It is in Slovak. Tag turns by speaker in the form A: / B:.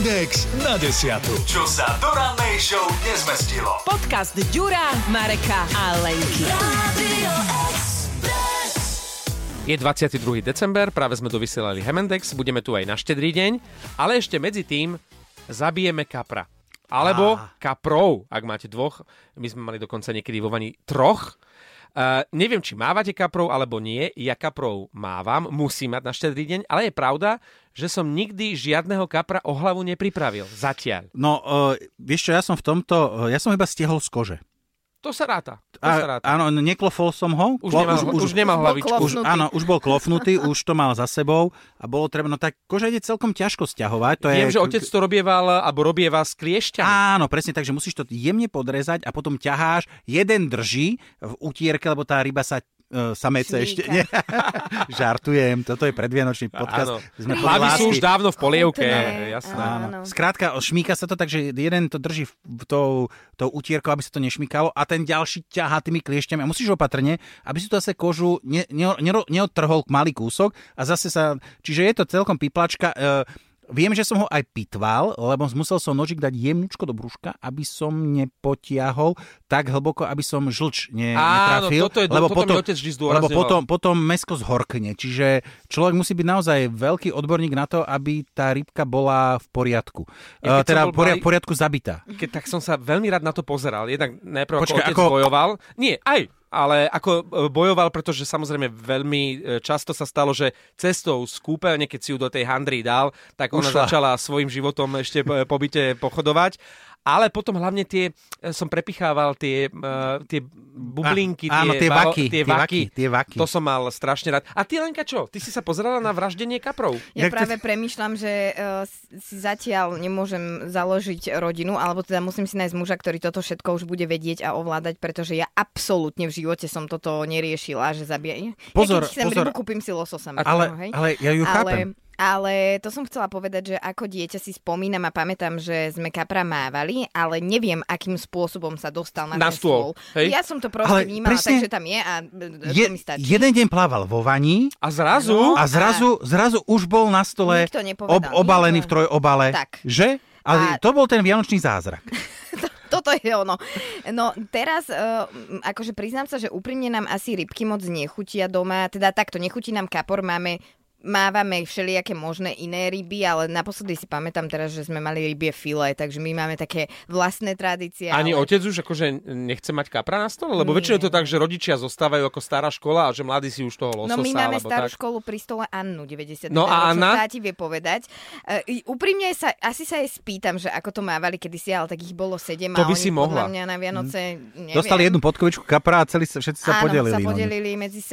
A: Index na desiatu. Čo sa do rannej show nezmestilo.
B: Podcast Ďura, Mareka a Lenky.
C: Je 22. december, práve sme dovysielali Hemendex, budeme tu aj na štedrý deň, ale ešte medzi tým zabijeme kapra. Alebo kaprov, ak máte dvoch. My sme mali dokonca niekedy vo vani troch. Neviem, či mávate kaprov, alebo nie. Ja kaprov mávam, musím mať na štedrý deň, ale je pravda, že som nikdy žiadneho kapra o hlavu nepripravil. Zatiaľ.
D: No, vieš čo, ja som iba stiehol z kože.
C: To sa ráta.
D: Áno, neklofol som ho.
C: Už nemal hlavičku.
D: Už bol klofnutý, už to mal za sebou a bolo treba, no tak koža ide celkom ťažko stiahovať.
C: Viem, že otec to robieva s kliešťami.
D: Áno, presne, takže musíš to jemne podrezať a potom ťaháš, jeden drží v utierke, lebo tá ryba sa mece ešte. Nie. Žartujem, toto je predvianočný podcast.
C: Hlavy sú už dávno v polievke. Jasné.
D: Áno. Skrátka, šmíka sa to tak, že jeden to drží tou utierkou, aby sa to nešmykalo a ten ďalší ťahá tými kliešťami a musíš opatrne, aby si to zase kožu neodtrhol malý kúsok a zase čiže je to celkom piplačka. Viem, že som ho aj pitval, lebo musel som nožik dať jemnučko do brúška, aby som nepotiahol tak hlboko, aby som žlč netrafil.
C: Áno, toto mi otec vždy zdôrazňoval.
D: Lebo potom mäsko zhorkne. Čiže človek musí byť naozaj veľký odborník na to, aby tá rybka bola v poriadku. V poriadku zabitá.
C: Tak som sa veľmi rád na to pozeral. Jednak najprv otec bojoval. Nie, ale ako bojoval, pretože samozrejme veľmi často sa stalo, že cestou z kúpeľne, keď si ju do tej handry dal, tak ona začala svojim životom ešte po byte pochodovať. Ale potom hlavne som prepichával tie bublinky, tie vaky. To som mal strašne rád. A ty, Lenka, čo? Ty si sa pozerala na vraždenie kaprov?
E: Ja práve premýšľam, že si zatiaľ nemôžem založiť rodinu, alebo teda musím si nájsť muža, ktorý toto všetko už bude vedieť a ovládať, pretože ja absolútne v živote som toto neriešila, že zabije.
D: Pozor.
E: Rybu, kúpim si lososa.
D: Ale ja ju chápem.
E: Ale to som chcela povedať, že ako dieťa si spomínam a pamätám, že sme kapra mávali, ale neviem, akým spôsobom sa dostal na ten stôl. Ja som to proste vnímala, takže tam je a to mi stačí.
D: Jeden deň plával vo vani
C: a zrazu
D: už bol na stole obalený v trojobale.
E: Tak.
D: Že? Ale to bol ten vianočný zázrak.
E: Toto je ono. No teraz, akože priznám sa, že úprimne nám asi rybky moc nechutia doma. Teda takto, nechutí nám kapor, mávame všelijaké možné iné ryby, ale naposledy si pamätám teraz, že sme mali rybie filé, takže my máme také vlastné tradície.
C: Ani otec už akože nechce mať kapra na stole? Lebo väčšinou je to tak, že rodičia zostávajú ako stará škola a že mladí si už toho lososa.
E: No my máme starú školu pri stole Annu, 90.
C: No a Anna?
E: Čo ti vie povedať. Úprimne asi sa jej spýtam, že ako to mávali kedysi, ale tak ich bolo 7
C: to
E: a
C: by
E: oni
C: si mohla.
E: Podľa mňa na Vianoce, neviem.
D: Dostali jednu podkovičku kapra a všetci sa podelili.
E: Áno, sa podelili medzi